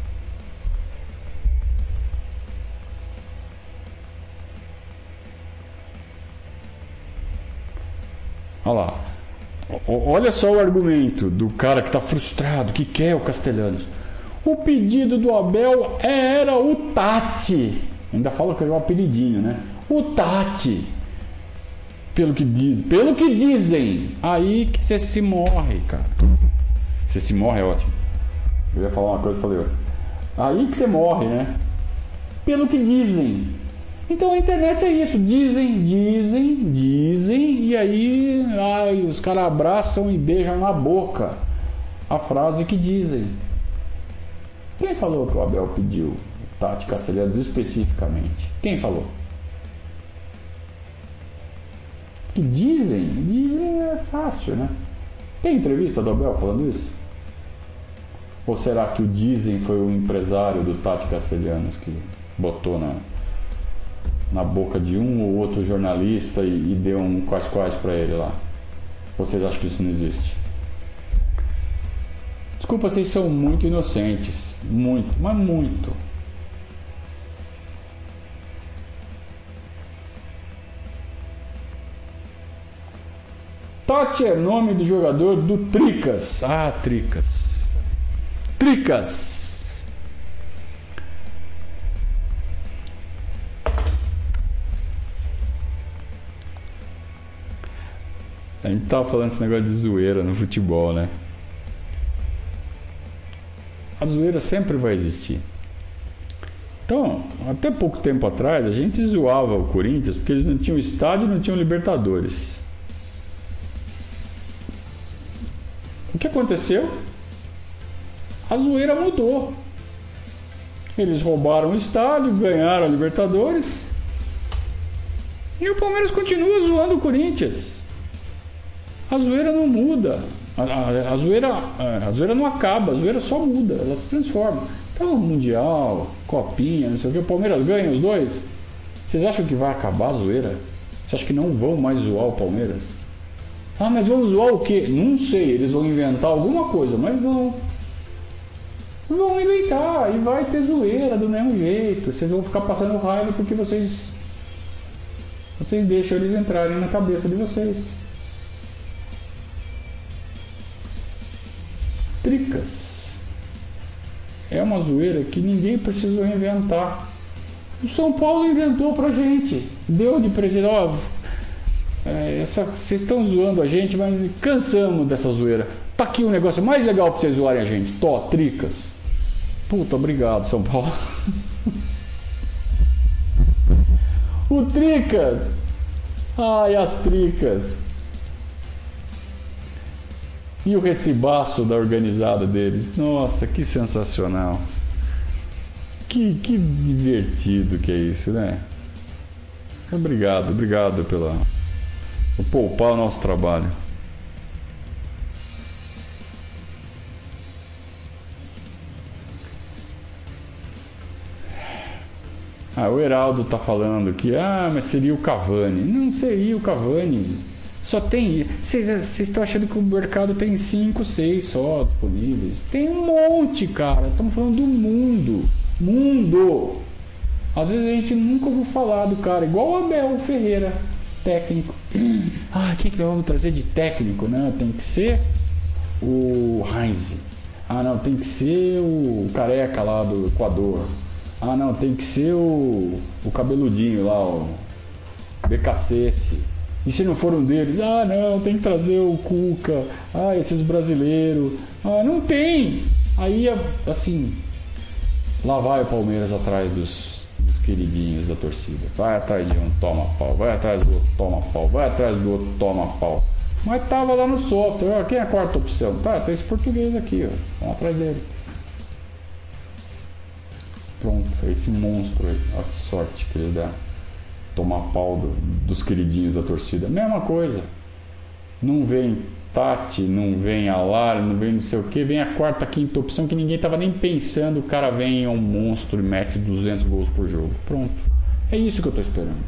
Olha lá. Olha só o argumento do cara que está frustrado, que quer o Castellanos. O pedido do Abel era o Tati. Ainda fala que é o apelidinho, né? O Tati. Pelo que diz, pelo que dizem. Aí que você se morre, cara. Você se morre é ótimo. Eu ia falar uma coisa e falei outra. Aí que você morre, né? Pelo que dizem. Então a internet é isso. Dizem, dizem, dizem. E aí ai, os caras abraçam e beijam na boca a frase que dizem. Quem falou que o Abel pediu Tati Castellanos especificamente? Quem falou? Que dizem, dizem é fácil, né? Tem entrevista do Abel falando isso? Ou será que o dizem foi o empresário do Tati Castellanos que botou na, na boca de um ou outro jornalista e, e deu um quais quais pra ele lá? Ou vocês acham que isso não existe? Desculpa, vocês são muito inocentes. Muito, mas muito. Tati é nome do jogador do Tricas. Ah, Tricas. Tricas. A gente tava falando esse negócio de zoeira no futebol, né? A zoeira sempre vai existir. Então, até pouco tempo atrás, a gente zoava o Corinthians porque eles não tinham estádio e não tinham Libertadores. O que aconteceu? A zoeira mudou. Eles roubaram o estádio, ganharam a Libertadores. E o Palmeiras continua zoando o Corinthians. A zoeira não muda. A, a, a, zoeira, a zoeira não acaba, a zoeira só muda, ela se transforma. Então, Mundial, Copinha, não sei o que, o Palmeiras ganha os dois. Vocês acham que vai acabar a zoeira? Vocês acham que não vão mais zoar o Palmeiras? Ah, mas vão zoar o quê? Não sei, eles vão inventar alguma coisa, mas vão. Vão inventar e vai ter zoeira do mesmo jeito. Vocês vão ficar passando raiva porque vocês. Vocês deixam eles entrarem na cabeça de vocês. Tricas. É uma zoeira que ninguém precisou inventar. O São Paulo inventou pra gente. Deu de presente. Ó, é, essa, vocês estão zoando a gente, mas cansamos dessa zoeira. Tá aqui um negócio mais legal pra vocês zoarem a gente. Tó, Tricas. Puta, obrigado, São Paulo. O Tricas. Ai, as Tricas. E o recibaço da organizada deles. Nossa, que sensacional. Que, que divertido que é isso, né? Obrigado, obrigado pela por poupar o nosso trabalho. Ah, o Heraldo tá falando que ah, mas seria o Cavani. Não seria o Cavani. Só tem. Vocês estão achando que o mercado tem cinco, seis só disponíveis? Tem um monte, cara. Estamos falando do mundo. Mundo. Às vezes a gente nunca ouviu falar do cara. Igual o Abel Ferreira, técnico. Ah, quem que nós vamos trazer de técnico, né? Tem que ser o Heinz. Ah, não, tem que ser o careca lá do Equador. Ah, não, tem que ser o, o cabeludinho lá, o B K C S. E se não for um deles? Ah, não, tem que trazer o Cuca. Ah, esses brasileiros. Ah, não tem. Aí, assim, lá vai o Palmeiras atrás dos, dos queridinhos da torcida. Vai atrás de um, toma pau. Vai atrás do outro, toma pau. Vai atrás do outro, toma pau. Mas tava lá no software. Ó, quem é a quarta opção? Tá, tem esse português aqui, ó. Vamos atrás dele. Pronto, é esse monstro aí. Olha que sorte que eles deram. Tomar pau do, dos queridinhos da torcida. Mesma coisa. Não vem Tati, não vem Alar, não vem não sei o que, vem a quarta, quinta opção que ninguém tava nem pensando. O cara vem, é um monstro e mete duzentos gols por jogo. Pronto. É isso que eu tô esperando.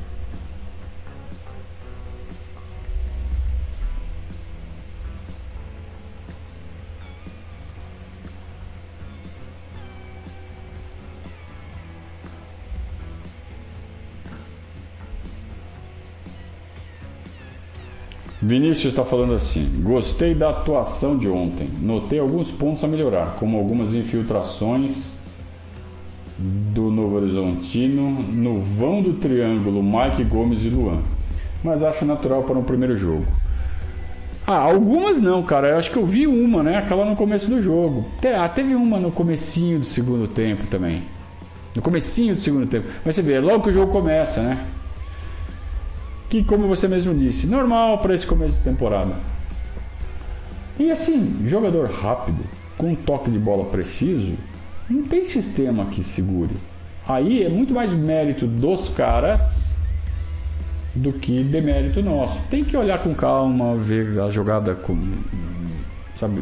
Vinícius está falando assim: gostei da atuação de ontem, notei alguns pontos a melhorar, como algumas infiltrações do Novo Horizontino no vão do triângulo Mike Gomes e Luan, mas acho natural para um primeiro jogo. Ah, algumas não, cara, eu acho que eu vi uma, né, aquela no começo do jogo. Ah, teve uma no comecinho do segundo tempo também, no comecinho do segundo tempo, mas você vê, logo que o jogo começa, né? Que, como você mesmo disse, normal para esse começo de temporada. E assim, jogador rápido, com um toque de bola preciso, não tem sistema que segure. Aí é muito mais mérito dos caras do que demérito nosso. Tem que olhar com calma, ver a jogada com, sabe,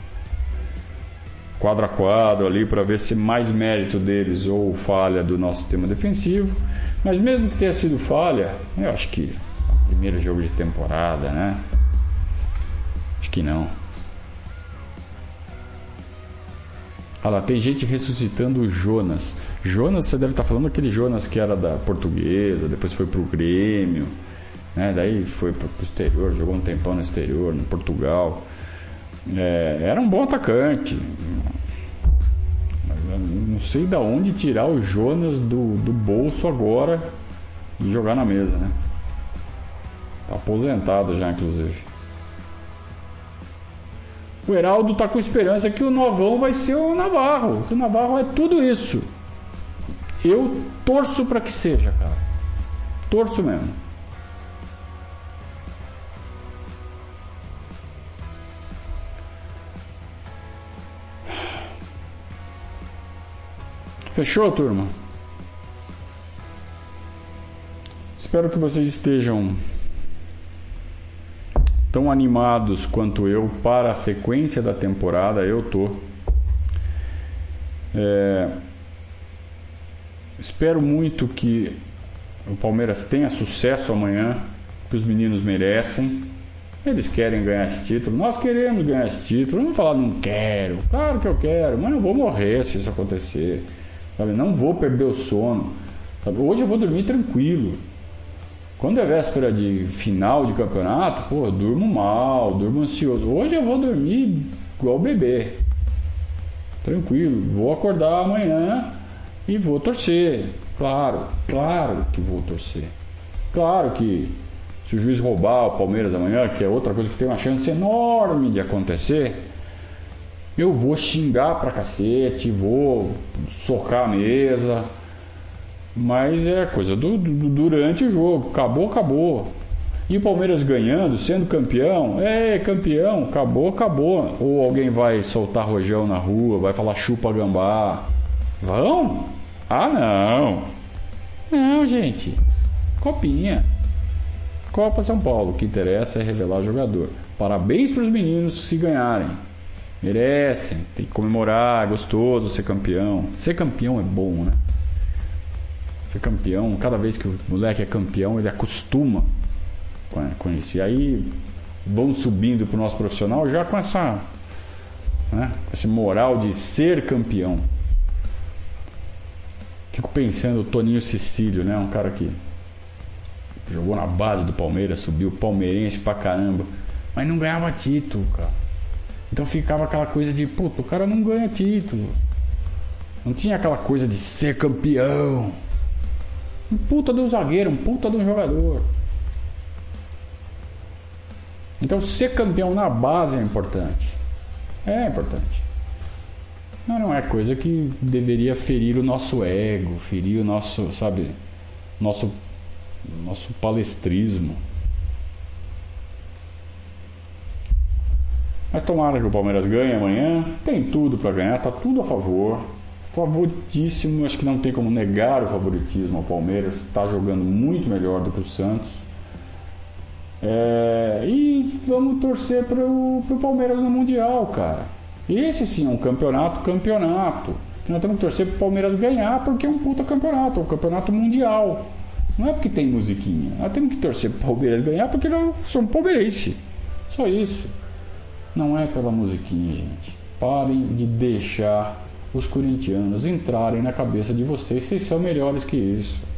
quadro a quadro ali, para ver se mais mérito deles ou falha do nosso sistema defensivo. Mas mesmo que tenha sido falha, eu acho que primeiro jogo de temporada, né? Acho que não. Olha lá, tem gente ressuscitando o Jonas. Jonas, você deve estar falando aquele Jonas que era da Portuguesa, depois foi pro Grêmio, né? Daí foi pro exterior, jogou um tempão no exterior, no Portugal. É, era um bom atacante. Não sei de onde tirar o Jonas do, do bolso agora e jogar na mesa, né? Tá aposentado já, inclusive. O Heraldo tá com esperança que o novão vai ser o Navarro, que o Navarro é tudo isso. Eu torço para que seja, cara. Torço mesmo. Fechou, turma? Espero que vocês estejam tão animados quanto eu para a sequência da temporada. Eu tô. É... Espero muito que o Palmeiras tenha sucesso amanhã, que os meninos merecem. Eles querem ganhar esse título. Nós queremos ganhar esse título. Não falar não quero. Claro que eu quero, mas não vou morrer se isso acontecer. Sabe? Não vou perder o sono. Sabe? Hoje eu vou dormir tranquilo. Quando é véspera de final de campeonato, pô, eu durmo mal, durmo ansioso. Hoje eu vou dormir igual bebê. Tranquilo. Vou acordar amanhã e vou torcer. Claro, claro que vou torcer. Claro que se o juiz roubar o Palmeiras amanhã, que é outra coisa que tem uma chance enorme de acontecer, eu vou xingar pra cacete, vou socar a mesa, mas é coisa do, do, durante o jogo. Acabou, acabou. E o Palmeiras ganhando, sendo campeão, é campeão, acabou, acabou. Ou alguém vai soltar rojão na rua, vai falar chupa gambá. Vão? Ah, não. Não, gente. Copinha. Copa São Paulo, o que interessa é revelar o jogador. Parabéns para os meninos se ganharem. Merecem, tem que comemorar, é gostoso ser campeão. Ser campeão é bom, né? Ser campeão, cada vez que o moleque é campeão, ele acostuma com isso. E aí vão subindo pro nosso profissional já com essa, né, com esse moral de ser campeão. Fico pensando o Toninho Cecílio, né? Um cara que jogou na base do Palmeiras, subiu palmeirense pra caramba, mas não ganhava título, cara. Então ficava aquela coisa de, puta, o cara não ganha título. Não tinha aquela coisa de ser campeão. Um puta de um zagueiro, um puta de um jogador. Então ser campeão na base é importante. É importante. Mas não é coisa que deveria ferir o nosso ego, ferir o nosso, sabe, nosso, nosso palestrismo. Mas tomara que o Palmeiras ganhe amanhã. Tem tudo para ganhar, tá tudo a favor. favoritíssimo, acho que não tem como negar o favoritismo. O Palmeiras está jogando muito melhor do que o Santos. É, e vamos torcer para o Palmeiras no Mundial, cara. Esse sim é um campeonato, campeonato. Nós temos que torcer para o Palmeiras ganhar, porque é um puta campeonato, é um campeonato mundial. Não é porque tem musiquinha. Nós temos que torcer para o Palmeiras ganhar, porque nós somos palmeirense. Só isso. Não é pela musiquinha, gente. Parem de deixar os corintianos entrarem na cabeça de vocês. Vocês são melhores que isso.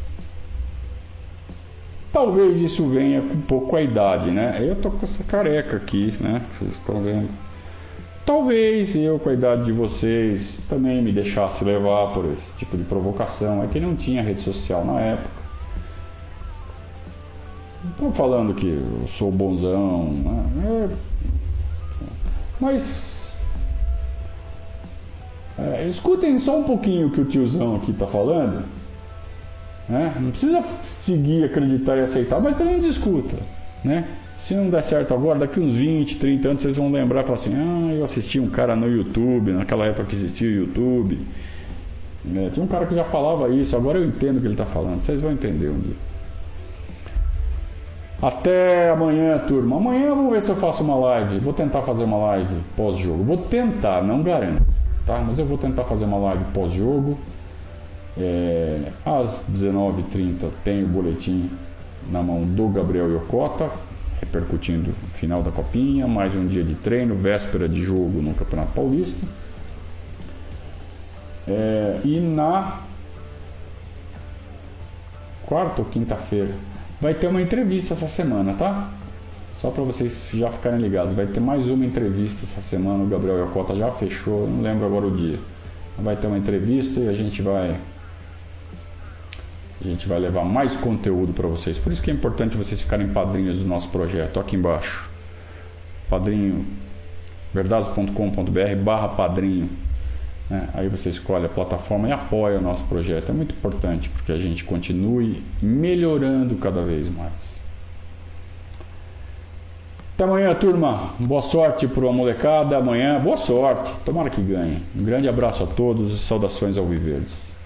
Talvez isso venha com um pouco com a idade, né? Eu tô com essa careca aqui, né? Vocês estão vendo. Talvez eu, com a idade de vocês, também me deixasse levar por esse tipo de provocação. É que não tinha rede social na época. Não estou falando que eu sou bonzão, né? É... Mas... É, escutem só um pouquinho o que o tiozão aqui está falando. Né? Não precisa seguir, acreditar e aceitar, mas pelo menos escuta, né? Se não der certo agora, daqui uns vinte, trinta anos vocês vão lembrar e falar assim: ah, eu assisti um cara no YouTube, naquela época que existia o YouTube, é, tinha um cara que já falava isso, agora eu entendo o que ele está falando. Vocês vão entender um dia. Até amanhã, turma. Amanhã vamos ver se eu faço uma live. Vou tentar fazer uma live pós-jogo. Vou tentar, não garanto, tá? Mas eu vou tentar fazer uma live pós-jogo. É, às dezenove e trinta tem o boletim na mão do Gabriel Yokota, repercutindo o final da Copinha, mais um dia de treino, véspera de jogo no Campeonato Paulista. É, e na quarta ou quinta-feira vai ter uma entrevista essa semana, tá? Só para vocês já ficarem ligados, vai ter mais uma entrevista essa semana. O Gabriel Yokota já fechou, não lembro agora o dia. Vai ter uma entrevista e a gente vai A gente vai levar mais conteúdo para vocês. Por isso que é importante vocês ficarem padrinhos do nosso projeto. Aqui embaixo. Padrinho. verdades ponto com ponto br barra padrinho. Né? Aí você escolhe a plataforma e apoia o nosso projeto. É muito importante porque a gente continue melhorando cada vez mais. Até amanhã, turma. Boa sorte para a molecada. Amanhã, boa sorte. Tomara que ganhe. Um grande abraço a todos e saudações ao Viverdes.